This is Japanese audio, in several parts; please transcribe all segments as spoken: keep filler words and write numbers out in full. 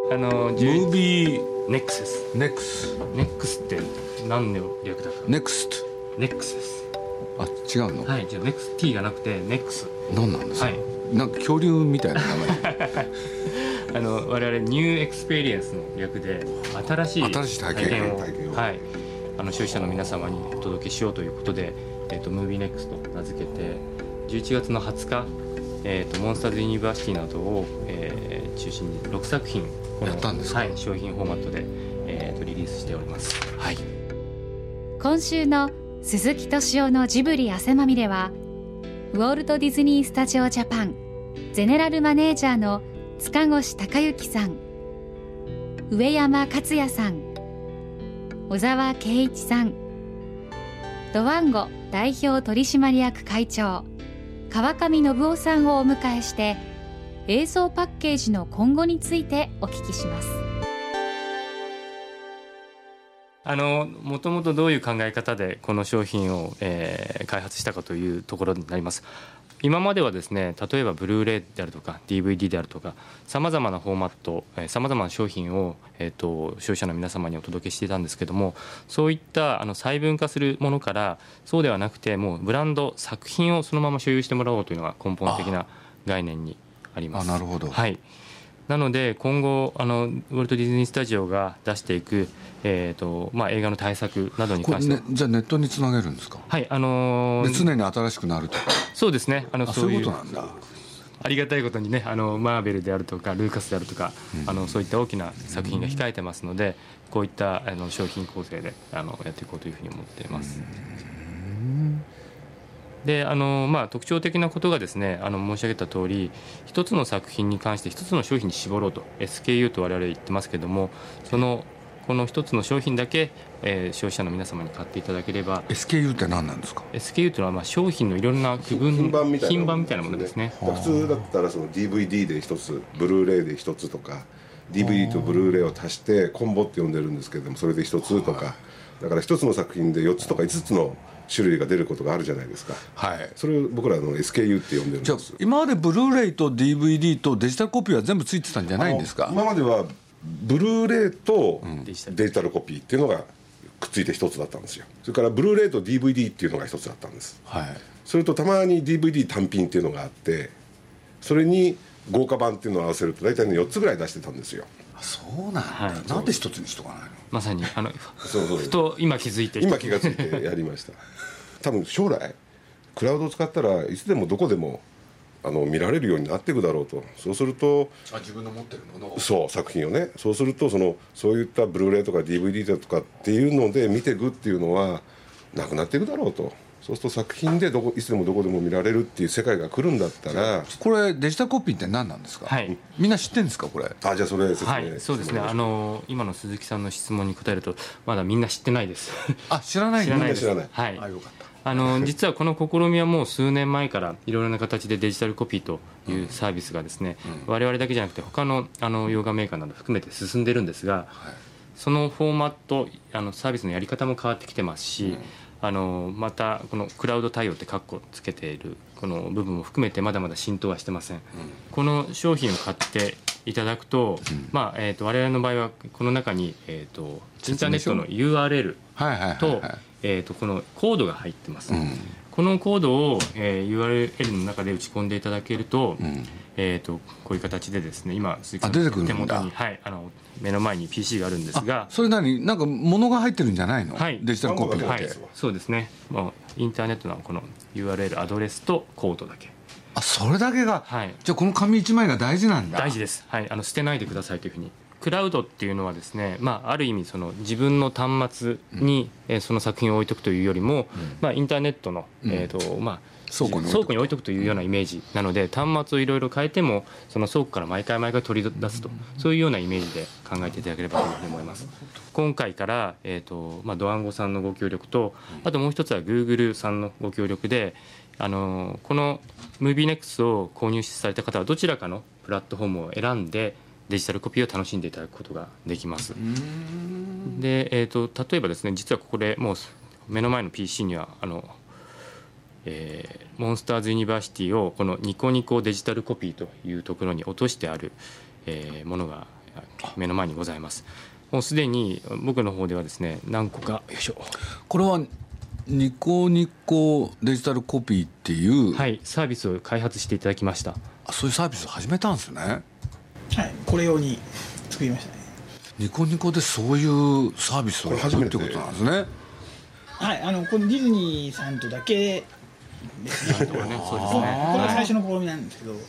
あのムービーネックスです。 ネックスネックスって何の略だか。 ネクスト。 ネックスです。 あ、違うの。 はい、じゃあネックス T がなくてネックス。 何なんですか、 はい、 なんか恐竜みたいな名前あの我々ニューエクスペリエンスの略で新しい新しい体験を、 体験を、はい、あの消費者の皆様にお届けしようということで、えー、とムービーネックスと名付けてじゅういちがつのはつか、えー、とモンスターズユニバーシティなどを、えー、中心にろくさくひんこのやったんですか、 はい、商品フォーマットで、えー、とリリースしております。 はい、 今週の鈴木敏夫のジブリ汗まみれはウォルト・ディズニー・スタジオ・ジャパンゼネラルマネージャーの塚越隆之さん、上山克也さん、小沢圭一さん、ドワンゴ代表取締役会長川上信夫さんをお迎えして映像パッケージの今後についてお聞きします。 あのもともとどういう考え方でこの商品を、えー、開発したかというところになります。今まではですね、例えばブルーレイであるとか ディーブイディー であるとかさまざまなフォーマット、さまざまな商品を、えー、と消費者の皆様にお届けしていたんですけども、そういったあの細分化するものからそうではなくてもうブランド作品をそのまま所有してもらおうというのが根本的な概念にあります。 あ、なるほど。 はい、なので今後あのウォルト・ディズニー・スタジオが出していく、えーとまあ、映画の対策などに関しては、 ね、じゃあネットにつなげるんですか。 はい、あのー、 で常に新しくなるとか。 そうですね、あのそういうことなんだ。 ありがたいことにね、あのマーベルであるとかルーカスであるとか、うん、あのそういった大きな作品が控えてますので、こういったあの商品構成であのやっていこうというふうに思っています。であのまあ、特徴的なことがですね、あの申し上げた通り一つの作品に関して一つの商品に絞ろうと エスケーユー と我々言ってますけども、そのこの一つの商品だけ、えー、消費者の皆様に買っていただければ。 エスケーユー って何なんですか。 エスケーユー というのはまあ商品のいろんな区分品番みたいな、 品番みたいなものですね。 普通だったらその ディーブイディー で一つブルーレイで一つとか ディーブイディー とブルーレイを足してコンボって呼んでるんですけれども、それで一つとかだから一つの作品でよっつとかいつつの種類が出ることがあるじゃないですか。はい、それを僕らの エスケーユー って呼んでるんです。 じゃあ今までブルーレイと ディーブイディー とデジタルコピーは全部ついてたんじゃないんですか。 今まではブルーレイとデジタルコピーっていうのがくっついて一つだったんですよ。それからブルーレイと ディーブイディー っていうのが一つだったんです。はい、それとたまに ディーブイディー 単品っていうのがあって、それに豪華版っていうのを合わせると大体ねよっつぐらい出してたんですよ。 そうなんだ、はい、なんで一つにしとかないの。 まさにあのそうそうふと今気づいて今気がついてやりました多分将来クラウドを使ったらいつでもどこでもあの見られるようになっていくだろうと。そうするとあ自分の持ってるものをそう作品をね、そうするとそのそういったブルーレイとか ディーブイディー だとかっていうので見ていくっていうのはなくなっていくだろうと。そうすると作品でどこいつでもどこでも見られるっていう世界が来るんだったら。 これデジタルコピーって何なんですか。はい、みんな知ってるんですかこれ。 あ、じゃあそれ説明、 はい、そうですね、あの今の鈴木さんの質問に答えるとまだみんな知ってないですあ、知らない。 知らないです。 知らない。 はい、 あ、よかった。 あの実はこの試みはもう数年前からいろいろな形でデジタルコピーというサービスがですね、うん、我々だけじゃなくて他のあの洋画メーカーなど含めて進んでるんですが、はい、そのフォーマットあのサービスのやり方も変わってきてますし、うん、あのまたこのクラウド対応ってカッコつけているこの部分も含めてまだまだ浸透はしてません。うん、この商品を買っていただくと、うん、まあえー、と我々の場合はこの中に、えー、とインターネットの ユーアールエル とえー、とこのコードが入ってます。うん、このコードを、えー、ユーアールエル の中で打ち込んでいただけると、うん、えー、とこういう形でですね、今鈴木さんの手元に、はい、あの目の前に ピーシー があるんですが、 それ何なんか物が入ってるんじゃないの。はい、デジタルコピーって、 はい、そうですね、もうインターネットのこの ユーアールエル アドレスとコードだけ。 あ、それだけが、 はい、 じゃあこの紙いちまいが大事なんだ。 大事です、はい、あの捨てないでくださいというふうに。クラウドっていうのはですね、まあ、ある意味その自分の端末に、うん、その作品を置いとくというよりも、うんまあ、インターネットの、うんえーとまあ、倉庫に置いとくというようなイメージなので、端末をいろいろ変えてもその倉庫から毎回毎回取り出すと、そういうようなイメージで考えていただければというふうに思います。今回から、えーとまあ、ドワンゴさんのご協力と、あともう一つは Google さんのご協力で、あのこの ムービーネックス を購入された方はどちらかのプラットフォームを選んでデジタルコピーを楽しんでいただくことができます。で、えーと、例えばですね、実はここでもう目の前の ピーシー にはあの、えー、モンスターズユニバーシティをこのニコニコデジタルコピーというところに落としてある、えー、ものが目の前にございます。もうすでに僕の方ではですね何個か、よいしょ、 これはニコニコデジタルコピーっていう、 はい、サービスを開発していただきました。 あ、そういうサービスを始めたんですね。はい、 これ用に作りましたね。 ニコニコでそういうサービスを始めるってことなんですね。 はい、あのこのディズニーさんとだけですね。これが最初の試みなんですけど、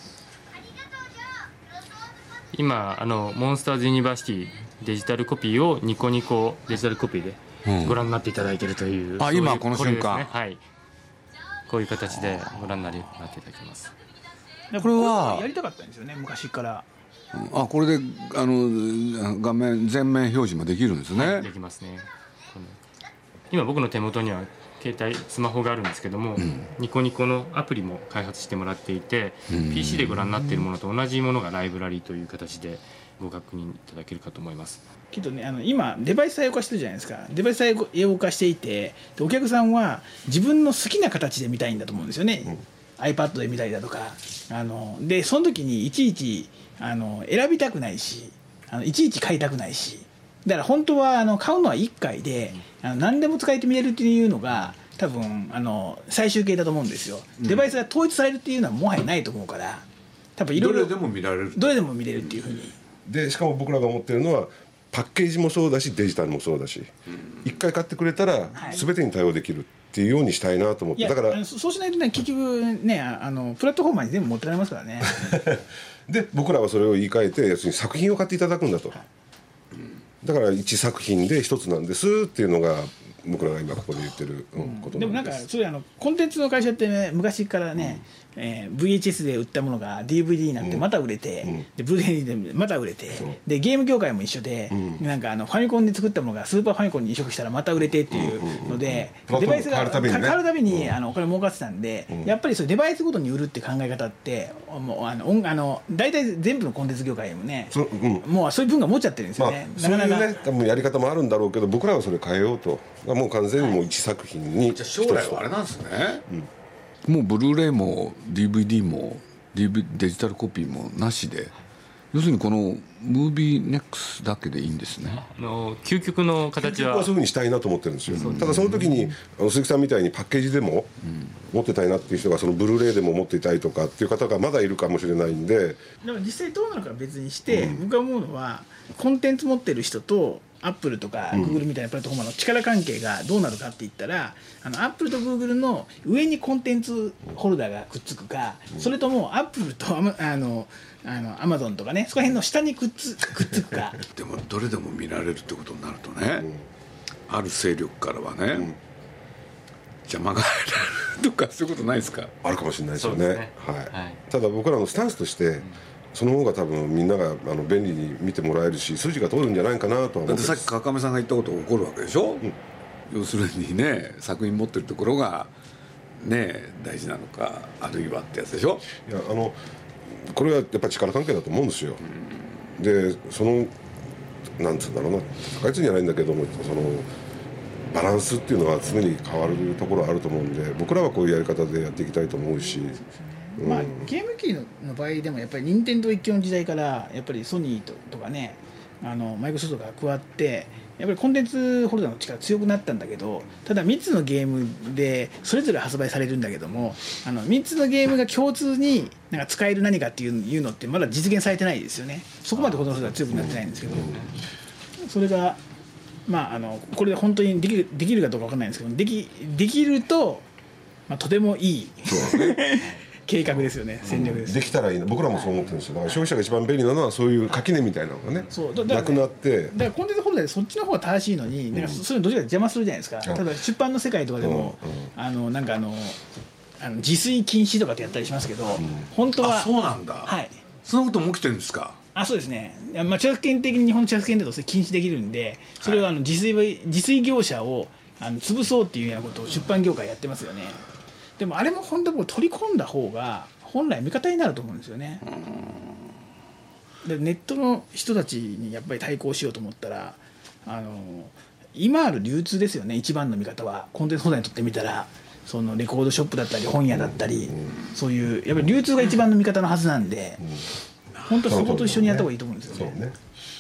今あのモンスターズユニバーシティデジタルコピーをニコニコデジタルコピーでご覧になっていただいているという、 うん、あ、今この瞬間、 ね、はい、こういう形でご覧になっていただきます。 これはやりたかったんですよね、昔から。 あ、これであの画面全面表示もできるんですね。 はい、できますね。この今僕の手元には携帯スマホがあるんですけども、うん、ニコニコのアプリも開発してもらっていて、うん、ピーシー でご覧になっているものと同じものがライブラリーという形でご確認いただけるかと思います。 けどね、あの今デバイス多様化してるじゃないですか。デバイス多様化していて、でお客さんは自分の好きな形で見たいんだと思うんですよね、うん、iPad で見たりだとか、あのでその時にいちいちあの選びたくないし、あのいちいち買いたくないし、だから本当はあの買うのはいっかいで、あの何でも使えて見れるっていうのが多分あの最終形だと思うんですよ、うん、デバイスが統一されるっていうのはもはやないと思うから、多分いろいろどれでも見られる、 どれでも見れるっていうふうに。 でしかも僕らが思ってるのはパッケージもそうだしデジタルもそうだし、一回買ってくれたら全てに対応できるっていうようにしたいなと思って、はい、だからそうしないとね、結局ね、あのプラットフォーマーに全部持ってられますからねで僕らはそれを言い換えて、要するに作品を買っていただくんだと、はい、だから一作品で一つなんですっていうのが僕らが今ここで言ってることなんです、うん、 でもなんかそれあのコンテンツの会社って、ね、昔からね、うん、えー、ブイエイチエス で売ったものが ディーブイディー になってまた売れて、うん、で ブルーレイでまた売れて、うん、でゲーム業界も一緒で、うん、なんかあのファミコンで作ったものがスーパーファミコンに移植したらまた売れてっていうので、うんうんうん、デバイスが変わるたびに、ね、変わるたびにあのお金儲かってたんで、うん、やっぱりそうデバイスごとに売るって考え方ってもうあのあの大体全部のコンテンツ業界もね、うん、もうそういう文化持っちゃってるんですよね、 まあ、なかなかそういうね多分やり方もあるんだろうけど、僕らはそれ変えようと、もう完全にもう一作品に、はい、 じゃあ将来はあれなんですね、うん、もうブルーレイも ディーブイディー も ディーブイ デジタルコピーもなしで、要するにこのムービーネックスだけでいいんですね。 あの究極の形は究極はそういうふうにしたいなと思ってるんですよ、うん、ただその時にあの鈴木さんみたいにパッケージでも持ってたいなっていう人がそのブルーレイでも持っていたいとかっていう方がまだいるかもしれないんで、 でも実際どうなのかは別にして、うん、僕が思うのはコンテンツ持ってる人とアップルとかグーグルみたいなプラットフォーマーの力関係がどうなるかって言ったら、あのアップルとグーグルの上にコンテンツホルダーがくっつくか、それともアップルとアマあのあのアマゾンとかね、そこら辺の下にくっつくっつくかでもどれでも見られるってことになるとね、うん、ある勢力からはね、うん、邪魔が入られるとかそういうことないですか？ あるかもしれないですよね、 ね、 はいはい、 ただ僕らのスタンスとして、うん、その方が多分みんながあの便利に見てもらえるし筋が通るんじゃないかなとは思ってます。 だってさっき川上さんが言ったことが起こるわけでしょ、うん、要するにね、作品持ってるところがね大事なのかあるいはってやつでしょ。 いや、あのこれはやっぱり力関係だと思うんですよ、うん、でそのなんつうんだろうな、高いつじゃないんだけども、そのバランスっていうのは常に変わるところあると思うんで、僕らはこういうやり方でやっていきたいと思うし、 うん、まあ、ゲーム機の場合でもやっぱり任天堂一強の時代からやっぱりソニー と, とかね、あのマイクロソフトが加わってやっぱりコンテンツホルダーの力強くなったんだけど、ただみっつのゲームでそれぞれ発売されるんだけども、あのみっつのゲームが共通になんか使える何かっていうのってまだ実現されてないですよね。そこまでコンテンツホルダーが強くなってないんですけど、それがまああのこれで本当にできるできるかどうか分かんないんですけど、できできると、まあ、とてもいい計画ですよね、戦略です、 うん、できたらいいな、僕らもそう思ってるんですよ。だから消費者が一番便利なのはそういう垣根みたいなのがね、そうだだからね、なくなって、 だからコンテンツホルダーでそっちの方が正しいのに、うん、なんかそういうのどっちか邪魔するじゃないですか、うん、例えば出版の世界とかでも、うんうん、あのなんかあのあの自炊禁止とかってやったりしますけど、うん、本当はあ、そうなんだ、 はい、 そのことも起きてるんですか？ あ、そうですね、まあ、著作権的に日本の著作権だとそれ禁止できるんで、それはあの自炊自炊業者をあの潰そうっていうようなことを出版業界やってますよね。でもあれも本当に取り込んだ方が本来味方になると思うんですよね。でネットの人たちにやっぱり対抗しようと思ったら、あの今ある流通ですよね。一番の味方はコンテンツホルダーにとってみたら、そのレコードショップだったり本屋だったり、そういうやっぱり流通が一番の味方のはずなんで、本当そこと一緒にやった方がいいと思うんですよね。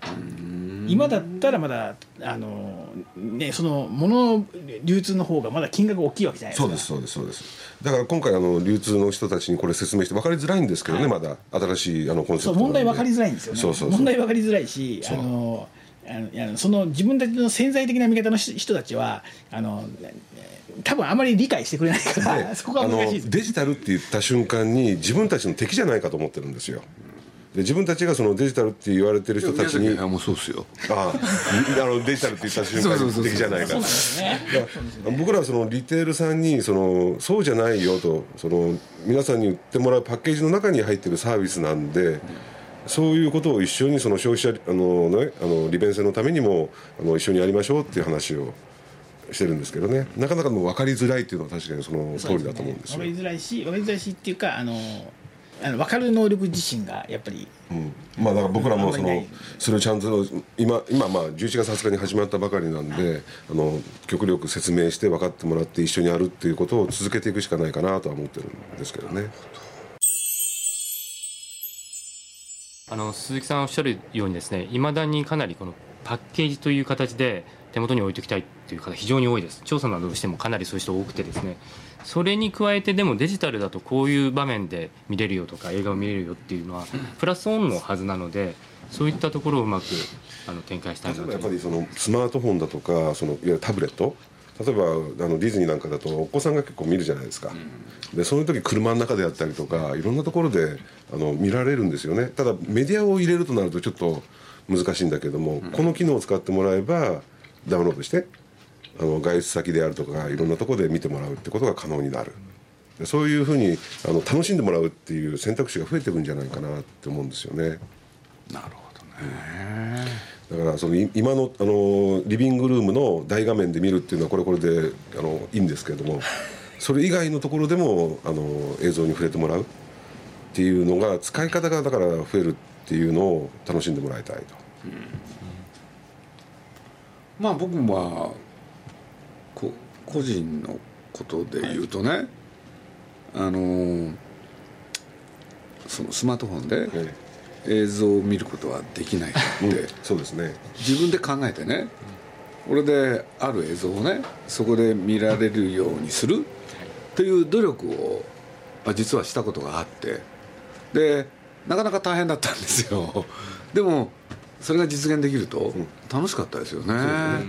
今だったらまだあの、ね、その物の流通の方がまだ金額が大きいわけじゃないですか。 そうですそうですそうです。だから今回あの流通の人たちにこれ説明して分かりづらいんですけどね、はい、まだ新しいあのコンセプトなんで。 そう問題分かりづらいんですよね。 そうそうそう、 問題分かりづらいし、あのあのいやその自分たちの潜在的な見方の人たちはあの多分あまり理解してくれないからそこが難しいです。 あのデジタルって言った瞬間に自分たちの敵じゃないかと思ってるんですよ。で自分たちがそのデジタルって言われてる人たちに、 もうそうですよ。 ああ、あのデジタルって言った瞬間に敵じゃないか。僕らはそのリテールさんにそのそうじゃないよと、その皆さんに売ってもらうパッケージの中に入ってるサービスなんで、そういうことを一緒にその消費者あの、ね、あの利便性のためにもあの一緒にやりましょうっていう話をしてるんですけどね。なかなかもう分かりづらいっていうのは確かにその通りだと思うんですよ。 分かりづらいし分かりづらいしっていうかあのあの分かる能力自身がやっぱり、 うん、まあだから僕らもそのそれをちゃんと今今まあじゅういちがつはつかに始まったばかりなんで、あの極力説明して分かってもらって一緒にやるっていうことを続けていくしかないかなとは思ってるんですけどね。 あの鈴木さんおっしゃるようにですね、いまだにかなりこのパッケージという形で手元に置いておきたいっていう方非常に多いです。調査などをしてもかなりそういう人多くてですね、それに加えてでもデジタルだとこういう場面で見れるよとか映画を見れるよっていうのはプラスオンのはずなので、そういったところをうまくあの展開したいなと。 やっぱりそのスマートフォンだとかそのいわゆるタブレット、例えばあのディズニーなんかだとお子さんが結構見るじゃないですか。でその時車の中であったりとかいろんなところであの見られるんですよね。ただメディアを入れるとなるとちょっと難しいんだけども、この機能を使ってもらえばダウンロードしてあの外出先であるとかいろんなところで見てもらうってことが可能になる。でそういうふうにあの楽しんでもらうっていう選択肢が増えていくんじゃないかなって思うんですよね。 なるほどね。 だからその今の、あのリビングルームの大画面で見るっていうのはこれこれであのいいんですけれども、それ以外のところでもあの映像に触れてもらうっていうのが使い方がだから増えるっていうのを楽しんでもらいたいと。うん、 まあ僕はこ個人のことで言うとね、はい、あのそのスマートフォンで、はい、映像を見ることはできないって、うん、 そうですね、 自分で考えてね、これである映像をねそこで見られるようにするという努力を、まあ、実はしたことがあって、でなかなか大変だったんですよ。でもそれが実現できると楽しかったですよね。うん、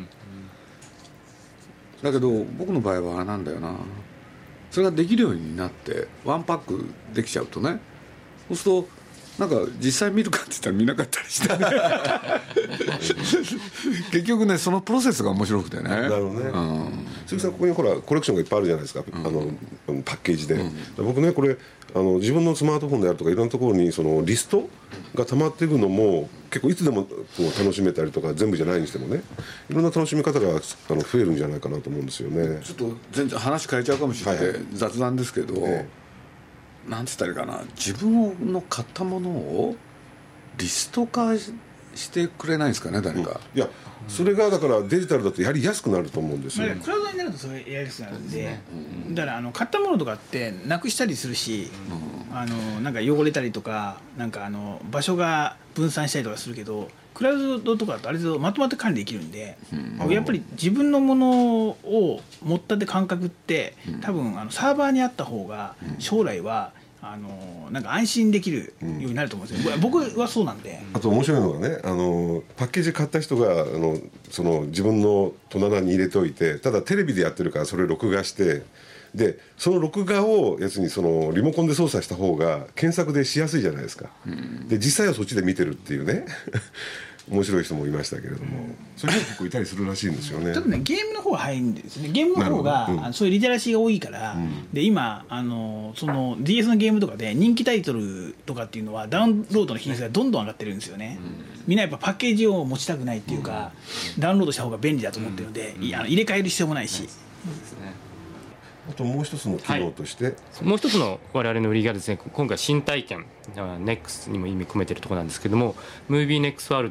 だけど僕の場合はなんだよな、それができるようになってワンパックできちゃうとね、そうするとなんか実際見るかって言ったら見なかったりして、ね、結局ねそのプロセスが面白くてね。なるほどね。うん、鈴木さんここにほらコレクションがいっぱいあるじゃないですか、うん、あのパッケージで、うん、僕ねこれあの自分のスマートフォンであるとかいろんなところにそのリストが溜まっていくのも結構いつでもこう楽しめたりとか、全部じゃないにしてもねいろんな楽しみ方があの増えるんじゃないかなと思うんですよね。 ちょっと全然話変えちゃうかもしれない、はいはい、雑談ですけど、ね、なんつったらいいかな、自分の買ったものをリスト化してくれないですかね誰か。 うん、いやそれがだからデジタルだとやりやすくなると思うんですよ。 クラウドになるとそれやりやすくなるんで、ね、うん、だからあの買ったものとかってなくしたりするし、うん、あのなんか汚れたりとかなんかあの場所が分散したりとかするけど、クラウドとかだとあれとまとまって管理できるんで、うん、やっぱり自分のものを持ったって感覚って多分あのサーバーにあった方が将来はあのなんか安心できるようになると思うんですよ、うん、僕はそうなんで。 あと面白いのがね、あのパッケージ買った人があのその自分の戸棚に入れておいて、ただテレビでやってるからそれ録画して、でその録画をやつにそのリモコンで操作した方が検索でしやすいじゃないですか、うん、で実際はそっちで見てるっていうね面白い人もいましたけれども、うん、それ結構いたりするらしいんですよね。 ただねゲームの方が早いんですね。ゲームの方が、うん、そういうリテラシーが多いから、うん、で今あのその ディーエス のゲームとかで人気タイトルとかっていうのはダウンロードの比率がどんどん上がってるんですよね、うん、みんなやっぱパッケージを持ちたくないっていうか、うん、ダウンロードした方が便利だと思ってるので、うん、いや入れ替える必要もないし、うん、そうですね。 あともう一つの機能として、はい、 もう一つの我々の売りがですね、今回新体験 ネックス にも意味込めているところなんですけども、ムービーネックスワールドと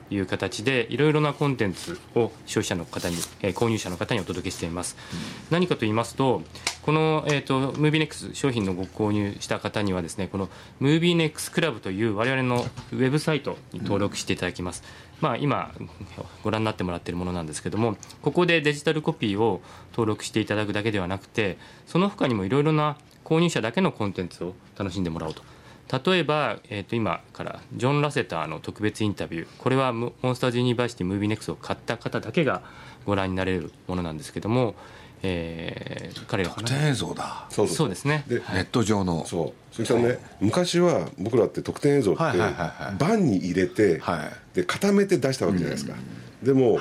いう形でいろいろなコンテンツを消費者の方に、えー、購入者の方にお届けしています、うん、何かと言いますとこの、えーと、ムービーネックス商品のご購入した方にはですねこのムービーネックスクラブという我々のウェブサイトに登録していただきます、うんまあ、今ご覧になってもらっているものなんですけどもここでデジタルコピーを登録していただくだけではなくてその他にもいろいろな購入者だけのコンテンツを楽しんでもらおうと例えば、えー、と今からジョン・ラセターの特別インタビューこれはモンスターズ・ユニバーシティ・ムービーネックスを買った方だけがご覧になれるものなんですけども、えー、彼が特典映像だそうそうですねで、はい、ネット上のそう鈴木さんね昔は僕らって特典映像ってバンに入れて、はい、で固めて出したわけじゃないですか、うん、でも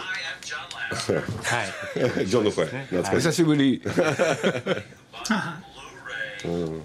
はいジョンの声懐かしい久しぶりうん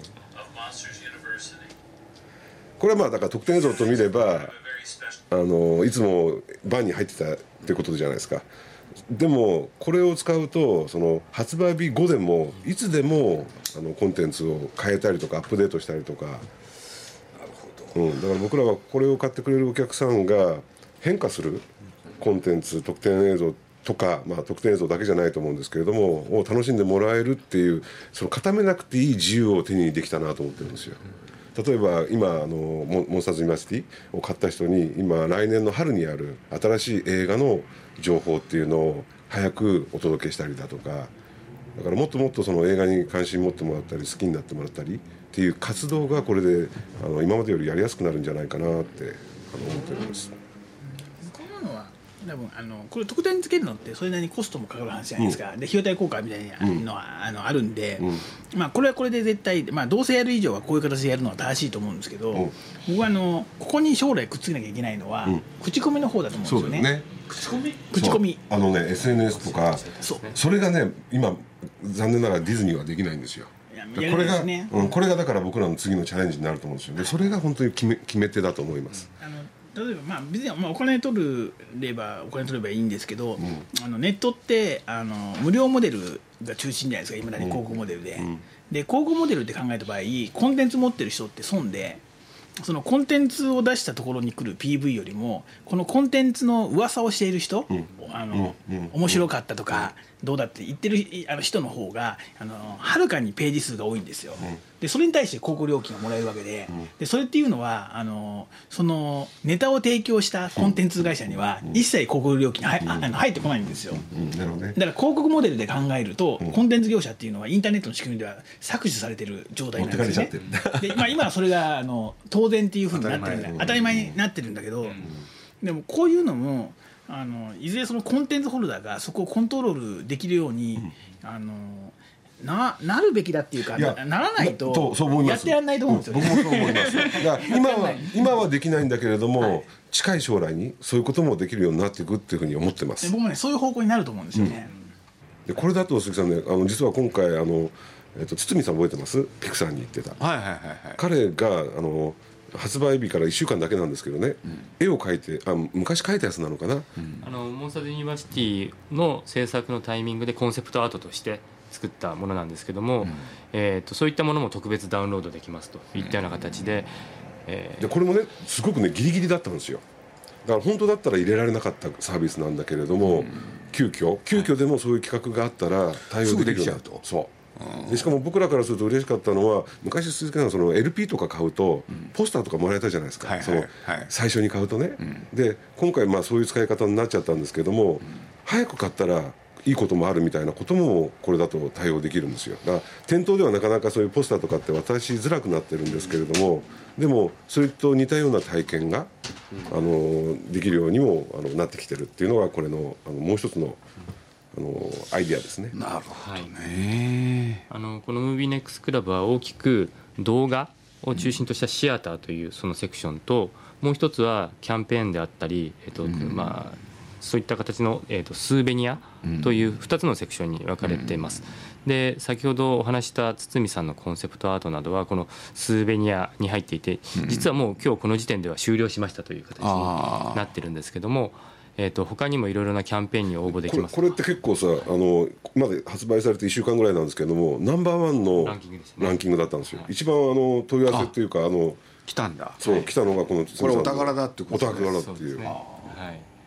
これはまあだから特典映像と見ればあのいつもバンに入ってたってことじゃないですかでもこれを使うとその発売日後でもいつでもあのコンテンツを変えたりとかアップデートしたりとかなるほど、うん、だから僕らはこれを買ってくれるお客さんが変化するコンテンツ特典映像とか、まあ、特典映像だけじゃないと思うんですけれどもを楽しんでもらえるっていうその固めなくていい自由を手にできたなと思ってるんですよ例えば今あのモンスターズ・ユニバーシティを買った人に今来年の春にある新しい映画の情報っていうのを早くお届けしたりだとかだからもっともっとその映画に関心持ってもらったり好きになってもらったりっていう活動がこれであの今までよりやりやすくなるんじゃないかなってあの思ってるんです。 こういうのは多分あのこれ特典につけるのってそれなりにコストもかかる話じゃないですか、うん、で費用対効果みたいなのは、うん、あのあるんで、うんまあ、これはこれで絶対、まあ、どうせやる以上はこういう形でやるのは正しいと思うんですけど、うん、僕はあのここに将来くっつけなきゃいけないのは、うん、口コミの方だと思うんですよね。そうだよね口コミ口コミあのね エスエヌエス とか そ, それがね今残念ながらディズニーはできないんですよ。これが、ねうん、これがだから僕らの次のチャレンジになると思うんですよ。でそれが本当に決め、決め手だと思います。 あの例えば、まあ、別に、まあ、お金取ればお金取ればいいんですけど、うん、あのネットってあの無料モデルが中心じゃないですか今だに広告モデルで、うん、で広告モデルって考えた場合コンテンツ持ってる人って損でそのコンテンツを出したところに来る ピーブイ よりもこのコンテンツの噂をしている人、うん、あのうん、面白かったとか、うん、どうだって言ってるあの人の方があのはるかにページ数が多いんですよ、うん、でそれに対して広告料金がもらえるわけで、うん、でそれっていうのはあのそのネタを提供したコンテンツ会社には一切広告料金は、うん、あの入ってこないんですよ、うんうんなるほどね、だから広告モデルで考えると、うん、コンテンツ業者っていうのはインターネットの仕組みでは削除されてる状態なんですね。で、まあ、今はそれがあの当然っていうふうになってるんだ当たり前になってるんだけど、うん、でもこういうのもあのいずれそのコンテンツホルダーがそこをコントロールできるように、うん、あの な, なるべきだっていうか な, ならないとやってやらないと思うんですよね、 うん、僕もそう思いますだから今は今はできないんだけれども、はい、近い将来にそういうこともできるようになっていくっていうふうに思ってます。 僕もねそういう方向になると思うんですよね、 うん、でこれだと鈴木さんねあの実は今回あの、えっと、堤さん覚えてますピクサーに行ってた、 はいはいはいはい、 彼があの発売日からいっしゅうかんだけなんですけどね、うん、絵を描いてあ昔描いたやつなのかな、 うん、あのモンスターズ・ユニバーシティの制作のタイミングでコンセプトアートとして作ったものなんですけども、うんえー、とそういったものも特別ダウンロードできますといったような形で、えー、 でこれもねすごくねギリギリだったんですよ。だから本当だったら入れられなかったサービスなんだけれども、うん、急遽急遽でもそういう企画があったら対応できるようになると、そうでしかも僕らからすると嬉しかったのは昔鈴木さんその エルピー とか買うとポスターとかもらえたじゃないですか、はいはいはい、その最初に買うとね、うん、で今回まあそういう使い方になっちゃったんですけども、うん、早く買ったらいいこともあるみたいなこともこれだと対応できるんですよ。だから店頭ではなかなかそういうポスターとかって渡しづらくなってるんですけれども、でもそれと似たような体験が、うん、あのできるようにもあのなってきてるっていうのがこれの、あのもう一つのあのアイデアですね。 なるほどね、 はい、あのこのムービーネックスクラブは大きく動画を中心としたシアターというそのセクションと、もう一つはキャンペーンであったり、えっとうんまあ、そういった形の、えっと、スーベニアというふたつのセクションに分かれています、うん、で先ほどお話した堤さんのコンセプトアートなどはこのスーベニアに入っていて、実はもう今日この時点では終了しましたという形になってるんですけども、えー、と他にもいろいろなキャンペーンに応募できます。 これ、これって結構さあのまだ発売されていっしゅうかんぐらいなんですけどもナンバーワンのランキングですね、ランキングだったんですよ、はい、一番あの問い合わせっていうかあの来たんだそう、はい、来たのがこのこれお宝だってことお宝だっていう、 ね、はい、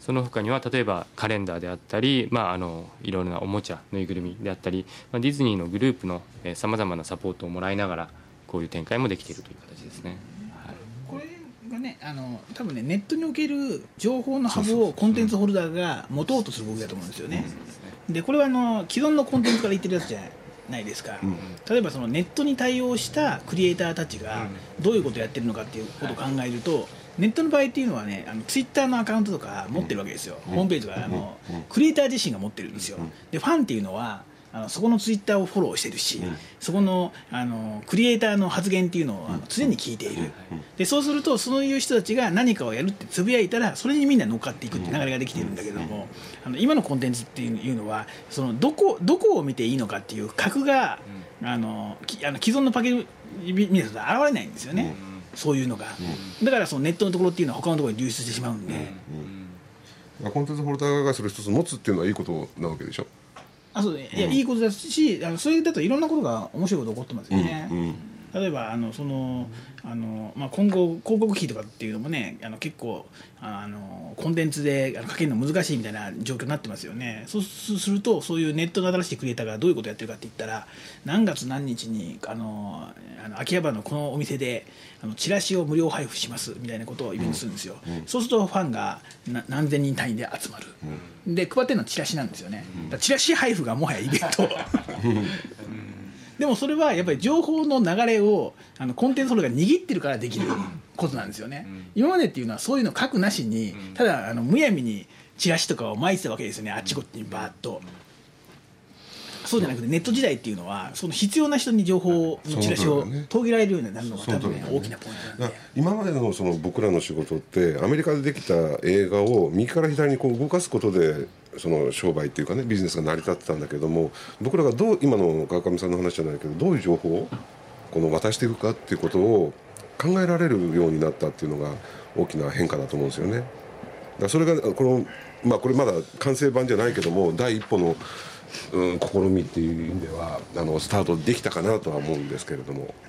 その他には例えばカレンダーであったり、まあ、あのいろいろなおもちゃぬいぐるみであったり、まあ、ディズニーのグループのさまざまなサポートをもらいながらこういう展開もできているという形ですね。はい、 これがね、あの多分ね、ネットにおける情報のハブをコンテンツホルダーが持とうとする動きだと思うんですよね。でこれはあの既存のコンテンツから言ってるやつじゃないですか、うん、例えばそのネットに対応したクリエイターたちがどういうことをやってるのかっていうことを考えると、はい、ネットの場合っていうのはね、あのツイッターのアカウントとか持ってるわけですよ、うん、ホームページとかあの、うん、クリエイター自身が持ってるんですよ。でファンっていうのはあのそこのツイッターをフォローしてるし、うん、そこの、あのクリエイターの発言っていうのをあの常に聞いている。でそうするとそういう人たちが何かをやるってつぶやいたらそれにみんな乗っかっていくっていう流れができているんだけども、あの今のコンテンツっていうのはそのどこどこを見ていいのかっていう格が、うん、あのあの既存のパッケージ見ると現れないんですよね、うん、そういうのが、うん、だからそのネットのところっていうのは他のところに流出してしまうんで、 うんうん、コンテンツホルダーがそれ一つ持つっていうのはいいことなわけでしょ。 あそういや、うん、いいことだし、あのそれだといろんなことが面白いこと起こってますよね、うんうん、例えばあのそのあの、まあ、今後広告費とかっていうのもね、あの結構あのコンテンツでかけるの難しいみたいな状況になってますよね。そうするとそういうネットの新しいクリエイターがどういうことをやってるかって言ったら、何月何日にあのあの秋葉原のこのお店であのチラシを無料配布しますみたいなことをイベントするんですよ、うん、そうするとファンがな何千人単位で集まる、うん、で配ってるのはチラシなんですよね、うん、だからチラシ配布がもはやイベントでもそれはやっぱり情報の流れをあのコンテンツホルダーが握ってるからできることなんですよね、うん、今までっていうのはそういうの書くなしにただあのむやみにチラシとかを巻いてたわけですよね、あっちこっちにバーッと。そうじゃなくてネット時代っていうのはその必要な人に情報のチラシを届けられるようになるのが多分、ね、大きなポイントなんで、 今までのその僕らの仕事ってアメリカでできた映画を右から左にこう動かすことでその商売っていうかねビジネスが成り立ってたんだけども、僕らがどう今の川上さんの話じゃないけどどういう情報をこの渡していくかっていうことを考えられるようになったっていうのが大きな変化だと思うんですよね。だからそれがこの、まあ、これまだ完成版じゃないけども第一歩のうん、試みっていう意味ではあのスタートできたかなとは思うんですけれども、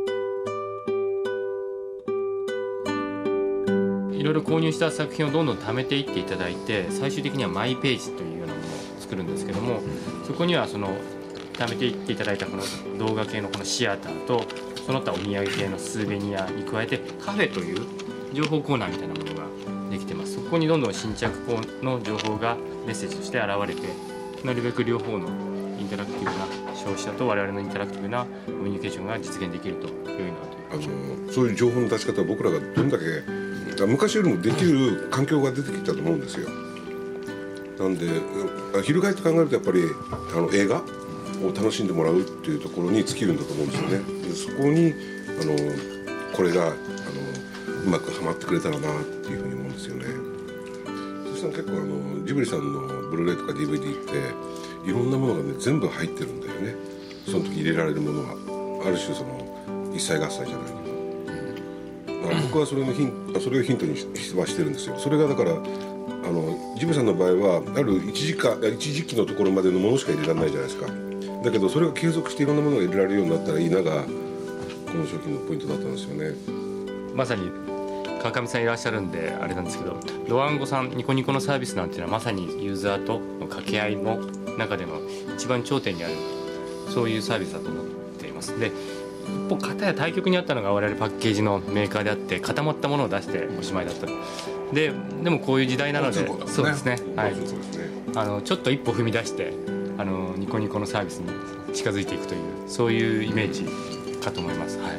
いろいろ購入した作品をどんどん貯めていっていただいて最終的にはマイページというようなものを作るんですけども、そこにはその貯めていっていただいたこの動画系のこのシアターとその他お土産系のスーベニアに加えてカフェという情報コーナーみたいなものができてます。そこにどんどん新着の情報がメッセージとして現れて、なるべく両方のインタラクティブな消費者と我々のインタラクティブなコミュニケーションが実現できるというようなというあのそういう情報の出し方は僕らがどんだけ昔よりもできる環境が出てきたと思うんですよ。なんで翻って考えるとやっぱりあの映画を楽しんでもらうっていうところに尽きるんだと思うんですよね。でそこにあのこれがあのうまくはまってくれたらなっていうふうに思うんですよね。そしたら結構あのジブリさんのブルーレイとか ディーブイディー っていろんなものがね全部入ってるんだよね。その時入れられるものがある種その一切合切じゃないけど、だから僕はそれのヒンそれをヒントにはしてるんですよ。それがだからあのジブリさんの場合はある一時間一時期のところまでのものしか入れられないじゃないですか。だけどそれが継続していろんなものが入れられるようになったらいいながこの商品のポイントだったんですよね。 まさに川上さんいらっしゃるんであれなんですけど、ドワンゴさんニコニコのサービスなんていうのはまさにユーザーとの掛け合いの中での一番頂点にあるそういうサービスだと思っています。で一方片や対極にあったのが我々パッケージのメーカーであって固まったものを出しておしまいだった。ででもこういう時代なので、そうですね、はい、あのちょっと一歩踏み出してあのニコニコのサービスに近づいていくというそういうイメージかと思います。はい、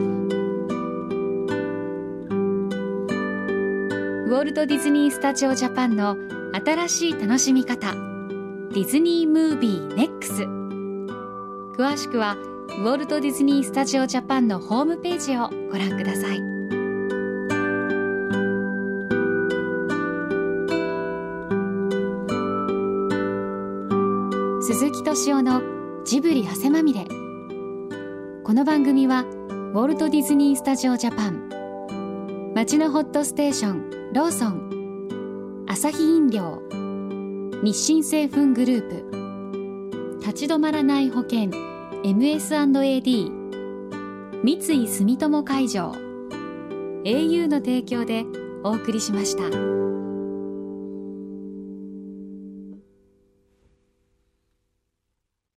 ウォルト・ディズニー・スタジオ・ジャパンの新しい楽しみ方、ディズニー・ムービー・ネックス。詳しくはウォルト・ディズニー・スタジオ・ジャパンのホームページをご覧ください。鈴木敏夫のジブリ汗まみれ。この番組はウォルト・ディズニー・スタジオ・ジャパン、街のホットステーションローソン、アサヒ飲料、日清製粉グループ、立ち止まらない保険 エムエスアンドエーディー、 三井住友海上、 エーユー の提供でお送りしました。